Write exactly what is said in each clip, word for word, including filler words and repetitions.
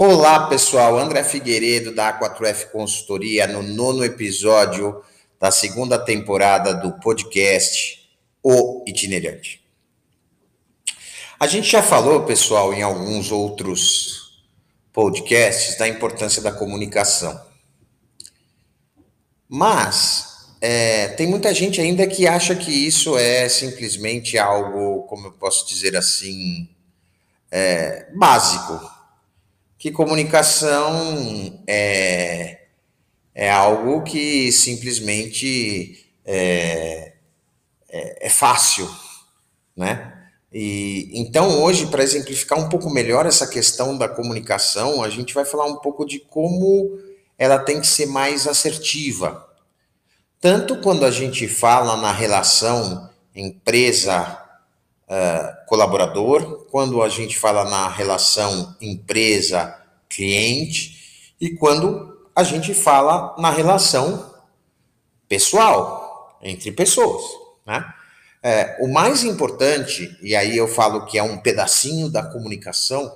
Olá, pessoal. André Figueiredo, da A quatro F Consultoria, no nono episódio da segunda temporada do podcast O Itinerante. A gente já falou, pessoal, em alguns outros podcasts da importância da comunicação. Mas é, tem muita gente ainda que acha que isso é simplesmente algo, como eu posso dizer assim, é, básico. Que comunicação é, é algo que simplesmente é, é, é fácil, né? E, então, hoje, para exemplificar um pouco melhor essa questão da comunicação, a gente vai falar um pouco de como ela tem que ser mais assertiva. Tanto quando a gente fala na relação empresa-colaborador, quando a gente fala na relação empresa-cliente e quando a gente fala na relação pessoal, entre pessoas, né? É, o mais importante, e aí eu falo que é um pedacinho da comunicação,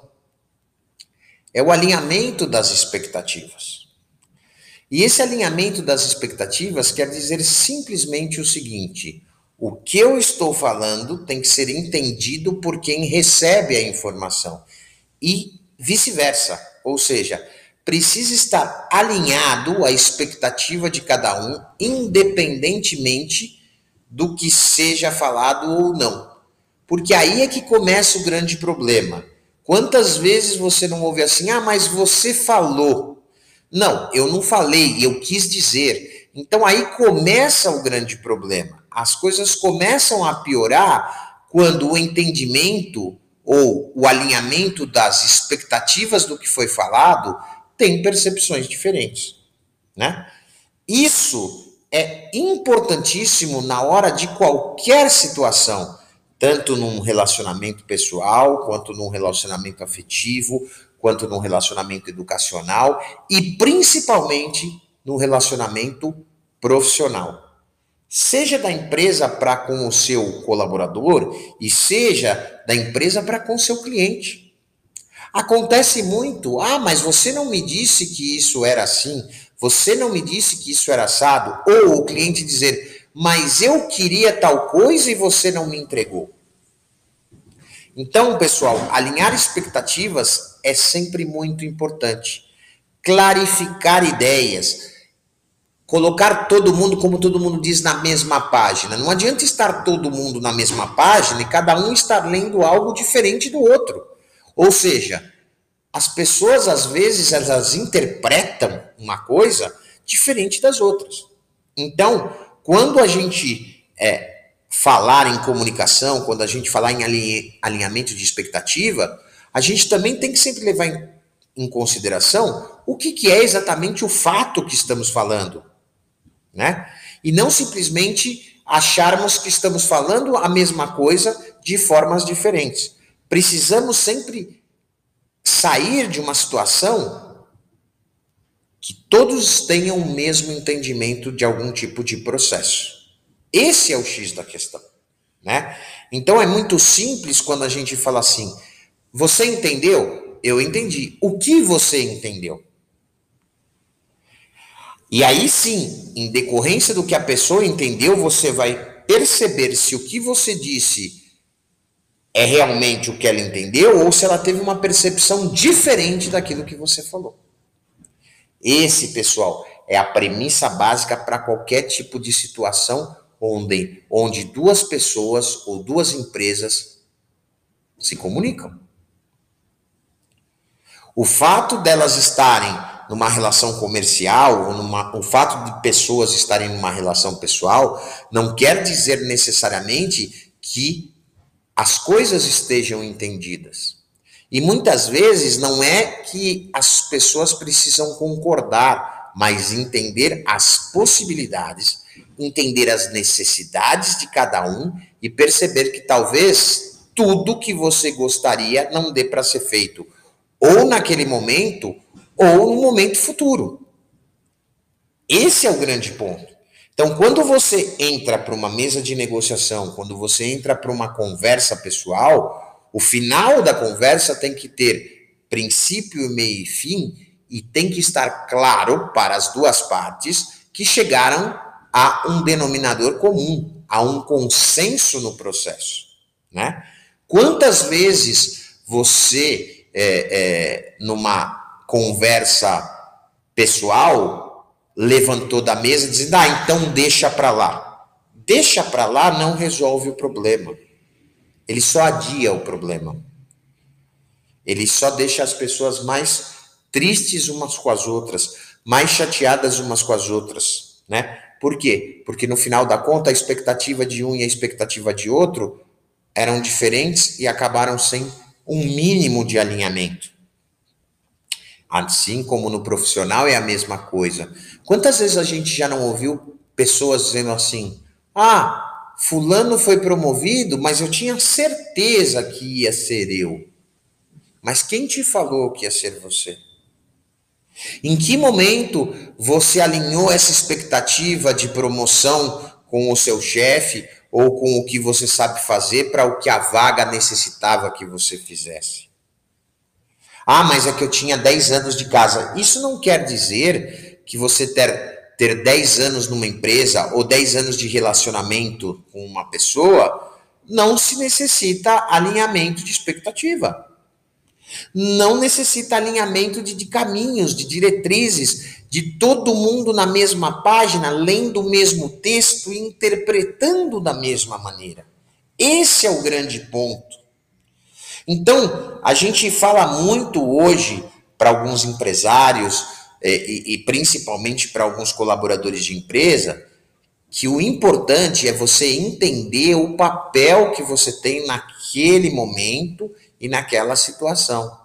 é o alinhamento das expectativas. E esse alinhamento das expectativas quer dizer simplesmente o seguinte: o que eu estou falando tem que ser entendido por quem recebe a informação e vice-versa, ou seja, precisa estar alinhado à expectativa de cada um, independentemente do que seja falado ou não. Porque aí é que começa o grande problema. Quantas vezes você não ouve assim, ah, mas você falou. Não, eu não falei, eu quis dizer. Então aí começa o grande problema. As coisas começam a piorar quando o entendimento ou o alinhamento das expectativas do que foi falado tem percepções diferentes, né? Isso é importantíssimo na hora de qualquer situação, tanto num relacionamento pessoal, quanto num relacionamento afetivo, quanto num relacionamento educacional e principalmente no relacionamento profissional. Seja da empresa para com o seu colaborador e seja da empresa para com o seu cliente. Acontece muito, ah, mas você não me disse que isso era assim, você não me disse que isso era assado, ou o cliente dizer, mas eu queria tal coisa e você não me entregou. Então, pessoal, alinhar expectativas é sempre muito importante. Clarificar ideias, colocar todo mundo, como todo mundo diz, na mesma página. Não adianta estar todo mundo na mesma página e cada um estar lendo algo diferente do outro. Ou seja, as pessoas, às vezes, elas interpretam uma coisa diferente das outras. Então, quando a gente é, falar em comunicação, quando a gente falar em alinhamento de expectativa, a gente também tem que sempre levar em, em consideração o que, que é exatamente o fato que estamos falando, né? E não simplesmente acharmos que estamos falando a mesma coisa de formas diferentes. Precisamos sempre sair de uma situação que todos tenham o mesmo entendimento de algum tipo de processo. Esse é o X da questão, né? Então é muito simples quando a gente fala assim, você entendeu? Eu entendi. O que você entendeu? E aí sim, em decorrência do que a pessoa entendeu, você vai perceber se o que você disse é realmente o que ela entendeu ou se ela teve uma percepção diferente daquilo que você falou. Esse, pessoal, é a premissa básica para qualquer tipo de situação onde, onde duas pessoas ou duas empresas se comunicam. O fato delas estarem numa relação comercial, ou numa, o fato de pessoas estarem numa relação pessoal, não quer dizer necessariamente que as coisas estejam entendidas. E muitas vezes não é que as pessoas precisam concordar, mas entender as possibilidades, entender as necessidades de cada um e perceber que talvez tudo que você gostaria não dê para ser feito, ou naquele momento, ou no momento futuro. Esse é o grande ponto. Então, quando você entra para uma mesa de negociação, quando você entra para uma conversa pessoal, o final da conversa tem que ter princípio, meio e fim, e tem que estar claro para as duas partes que chegaram a um denominador comum, a um consenso no processo, né? Quantas vezes você, é, é, numa conversa pessoal, levantou da mesa dizendo, ah, então deixa para lá. Deixa para lá não resolve o problema. Ele só adia o problema. Ele só deixa as pessoas mais tristes umas com as outras, mais chateadas umas com as outras, né? Por quê? Porque no final da conta, a expectativa de um e a expectativa de outro eram diferentes e acabaram sem um mínimo de alinhamento. Assim como no profissional é a mesma coisa. Quantas vezes a gente já não ouviu pessoas dizendo assim, ah, fulano foi promovido, mas eu tinha certeza que ia ser eu. Mas quem te falou que ia ser você? Em que momento você alinhou essa expectativa de promoção com o seu chefe ou com o que você sabe fazer para o que a vaga necessitava que você fizesse? Ah, mas é que eu tinha dez anos de casa. Isso não quer dizer que você ter, ter dez anos numa empresa ou dez anos de relacionamento com uma pessoa não se necessita alinhamento de expectativa. Não necessita alinhamento de, de caminhos, de diretrizes, de todo mundo na mesma página, lendo o mesmo texto e interpretando da mesma maneira. Esse é o grande ponto. Então, a gente fala muito hoje para alguns empresários e, e principalmente para alguns colaboradores de empresa, que o importante é você entender o papel que você tem naquele momento e naquela situação.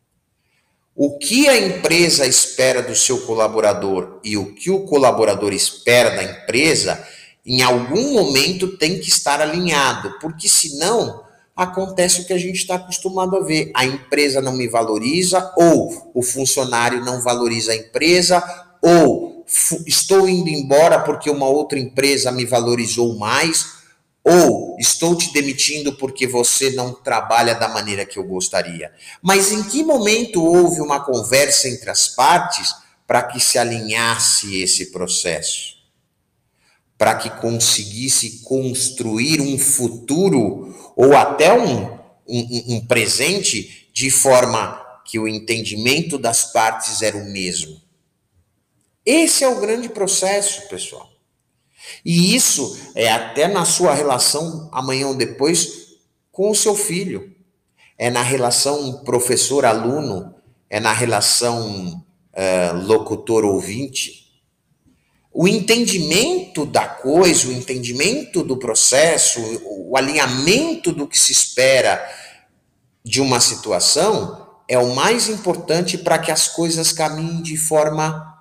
O que a empresa espera do seu colaborador e o que o colaborador espera da empresa, em algum momento tem que estar alinhado, porque senão acontece o que a gente está acostumado a ver. A empresa não me valoriza, ou o funcionário não valoriza a empresa, ou estou indo embora porque uma outra empresa me valorizou mais, ou estou te demitindo porque você não trabalha da maneira que eu gostaria. Mas em que momento houve uma conversa entre as partes para que se alinhasse esse processo? Para que conseguisse construir um futuro ou até um, um, um presente de forma que o entendimento das partes era o mesmo. Esse é o grande processo, pessoal. E isso é até na sua relação amanhã ou depois com o seu filho. É na relação professor-aluno, é na relação uh, locutor-ouvinte. O entendimento da coisa, o entendimento do processo, o alinhamento do que se espera de uma situação é o mais importante para que as coisas caminhem de forma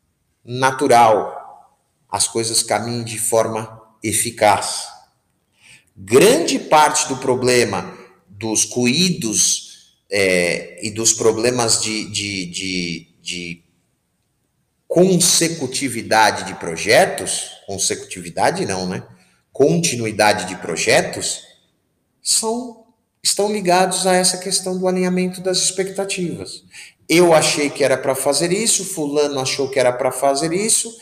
natural, as coisas caminhem de forma eficaz. Grande parte do problema dos ruídos é, e dos problemas de, de, de, de consecutividade de projetos, consecutividade não, né? Continuidade de projetos, são, estão ligados a essa questão do alinhamento das expectativas. Eu achei que era para fazer isso, fulano achou que era para fazer isso,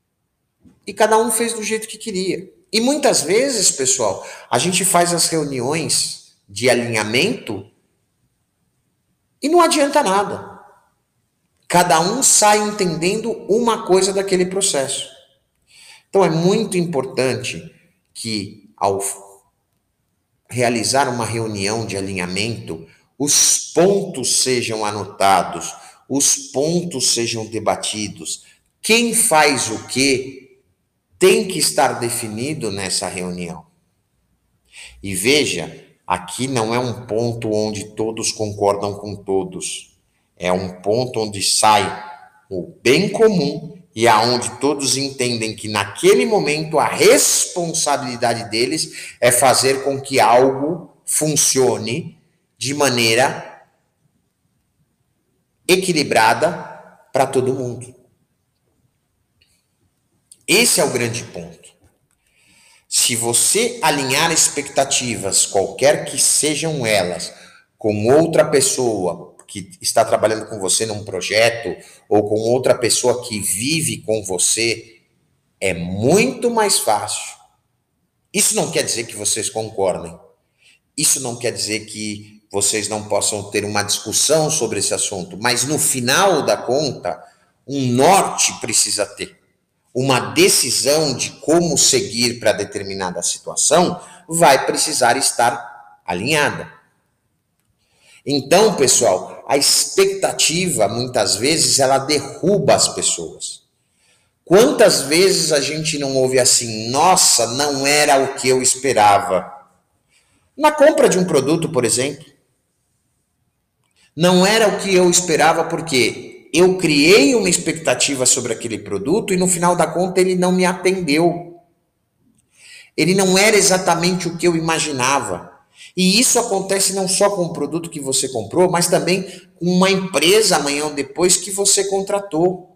e cada um fez do jeito que queria. E muitas vezes, pessoal, a gente faz as reuniões de alinhamento e não adianta nada. Cada um sai entendendo uma coisa daquele processo. Então é muito importante que, ao realizar uma reunião de alinhamento, os pontos sejam anotados, os pontos sejam debatidos. Quem faz o quê tem que estar definido nessa reunião. E veja, aqui não é um ponto onde todos concordam com todos. É um ponto onde sai o bem comum e aonde todos entendem que naquele momento a responsabilidade deles é fazer com que algo funcione de maneira equilibrada para todo mundo. Esse é o grande ponto. Se você alinhar expectativas, qualquer que sejam elas, com outra pessoa, que está trabalhando com você num projeto ou com outra pessoa que vive com você, é muito mais fácil. Isso não quer dizer que vocês concordem. Isso não quer dizer que vocês não possam ter uma discussão sobre esse assunto, mas no final da conta, um norte precisa ter. Uma decisão de como seguir para determinada situação vai precisar estar alinhada. Então, pessoal, a expectativa, muitas vezes, ela derruba as pessoas. Quantas vezes a gente não ouve assim, nossa, não era o que eu esperava? Na compra de um produto, por exemplo, não era o que eu esperava porque eu criei uma expectativa sobre aquele produto e no final da conta ele não me atendeu. Ele não era exatamente o que eu imaginava. E isso acontece não só com o produto que você comprou, mas também com uma empresa amanhã ou depois que você contratou.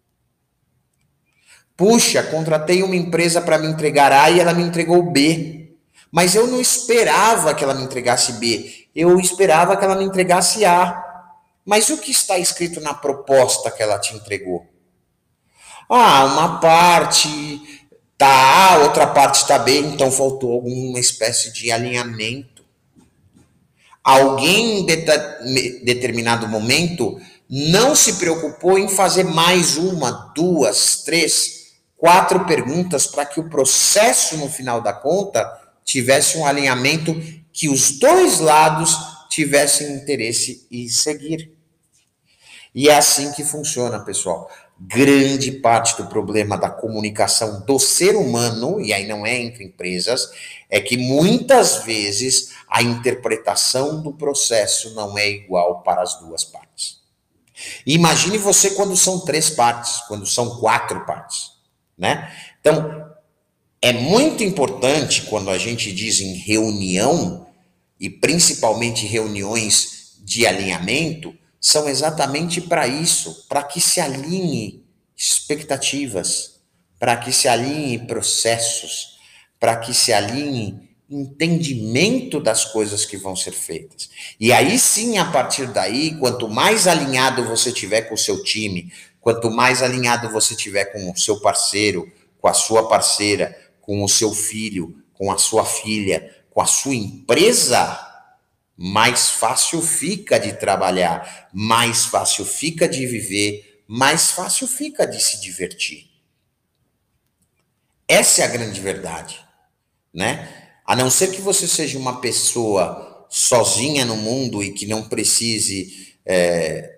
Puxa, contratei uma empresa para me entregar A e ela me entregou B. Mas eu não esperava que ela me entregasse B. Eu esperava que ela me entregasse A. Mas o que está escrito na proposta que ela te entregou? Ah, uma parte tá A, outra parte está B, então faltou alguma espécie de alinhamento. Alguém em de- determinado momento não se preocupou em fazer mais uma, duas, três, quatro perguntas para que o processo, no final da conta, tivesse um alinhamento que os dois lados tivessem interesse em seguir. E é assim que funciona, pessoal. Grande parte do problema da comunicação do ser humano, e aí não é entre empresas, é que muitas vezes a interpretação do processo não é igual para as duas partes. Imagine você quando são três partes, quando são quatro partes, né? Então, é muito importante quando a gente diz em reunião, e principalmente reuniões de alinhamento, são exatamente para isso, para que se alinhe expectativas, para que se alinhe processos, para que se alinhe entendimento das coisas que vão ser feitas. E aí sim, a partir daí, quanto mais alinhado você tiver com o seu time, quanto mais alinhado você tiver com o seu parceiro, com a sua parceira, com o seu filho, com a sua filha, com a sua empresa, mais fácil fica de trabalhar, mais fácil fica de viver, mais fácil fica de se divertir. Essa é a grande verdade, né? A não ser que você seja uma pessoa sozinha no mundo e que não precise é,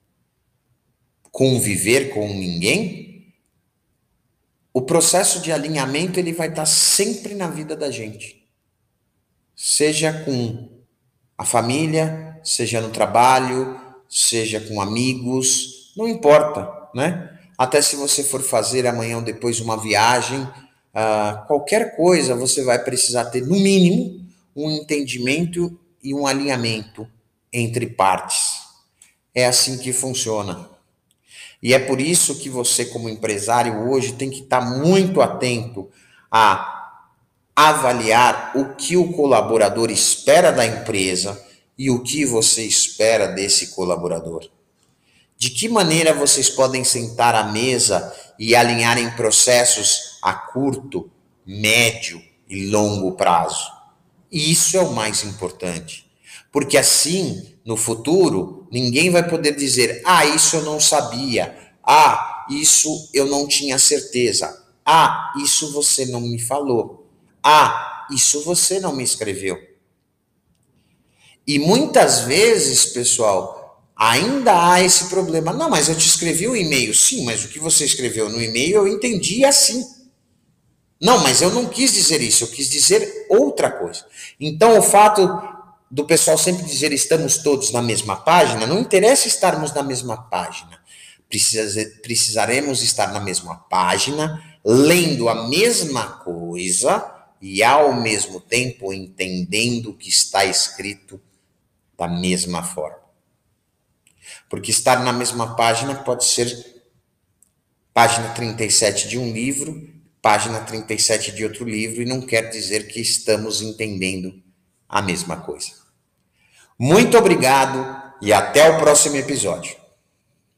conviver com ninguém, o processo de alinhamento ele vai estar sempre na vida da gente. Seja com a família, seja no trabalho, seja com amigos, não importa, né? Até se você for fazer amanhã ou depois uma viagem, ah, qualquer coisa você vai precisar ter, no mínimo, um entendimento e um alinhamento entre partes. É assim que funciona. E é por isso que você, como empresário, hoje tem que estar muito atento a avaliar o que o colaborador espera da empresa e o que você espera desse colaborador. De que maneira vocês podem sentar à mesa e alinhar em processos a curto, médio e longo prazo? E isso é o mais importante. Porque assim, no futuro, ninguém vai poder dizer, ah, isso eu não sabia, ah, isso eu não tinha certeza, ah, isso você não me falou. Ah, isso você não me escreveu. E muitas vezes, pessoal, ainda há esse problema. Não, mas eu te escrevi um e-mail. Sim, mas o que você escreveu no e-mail eu entendi assim. Não, mas eu não quis dizer isso, eu quis dizer outra coisa. Então, o fato do pessoal sempre dizer estamos todos na mesma página, não interessa estarmos na mesma página. Precisa, precisaremos estar na mesma página, lendo a mesma coisa e, ao mesmo tempo, entendendo o que está escrito da mesma forma. Porque estar na mesma página pode ser página trinta e sete de um livro, página trinta e sete de outro livro, e não quer dizer que estamos entendendo a mesma coisa. Muito obrigado e até o próximo episódio.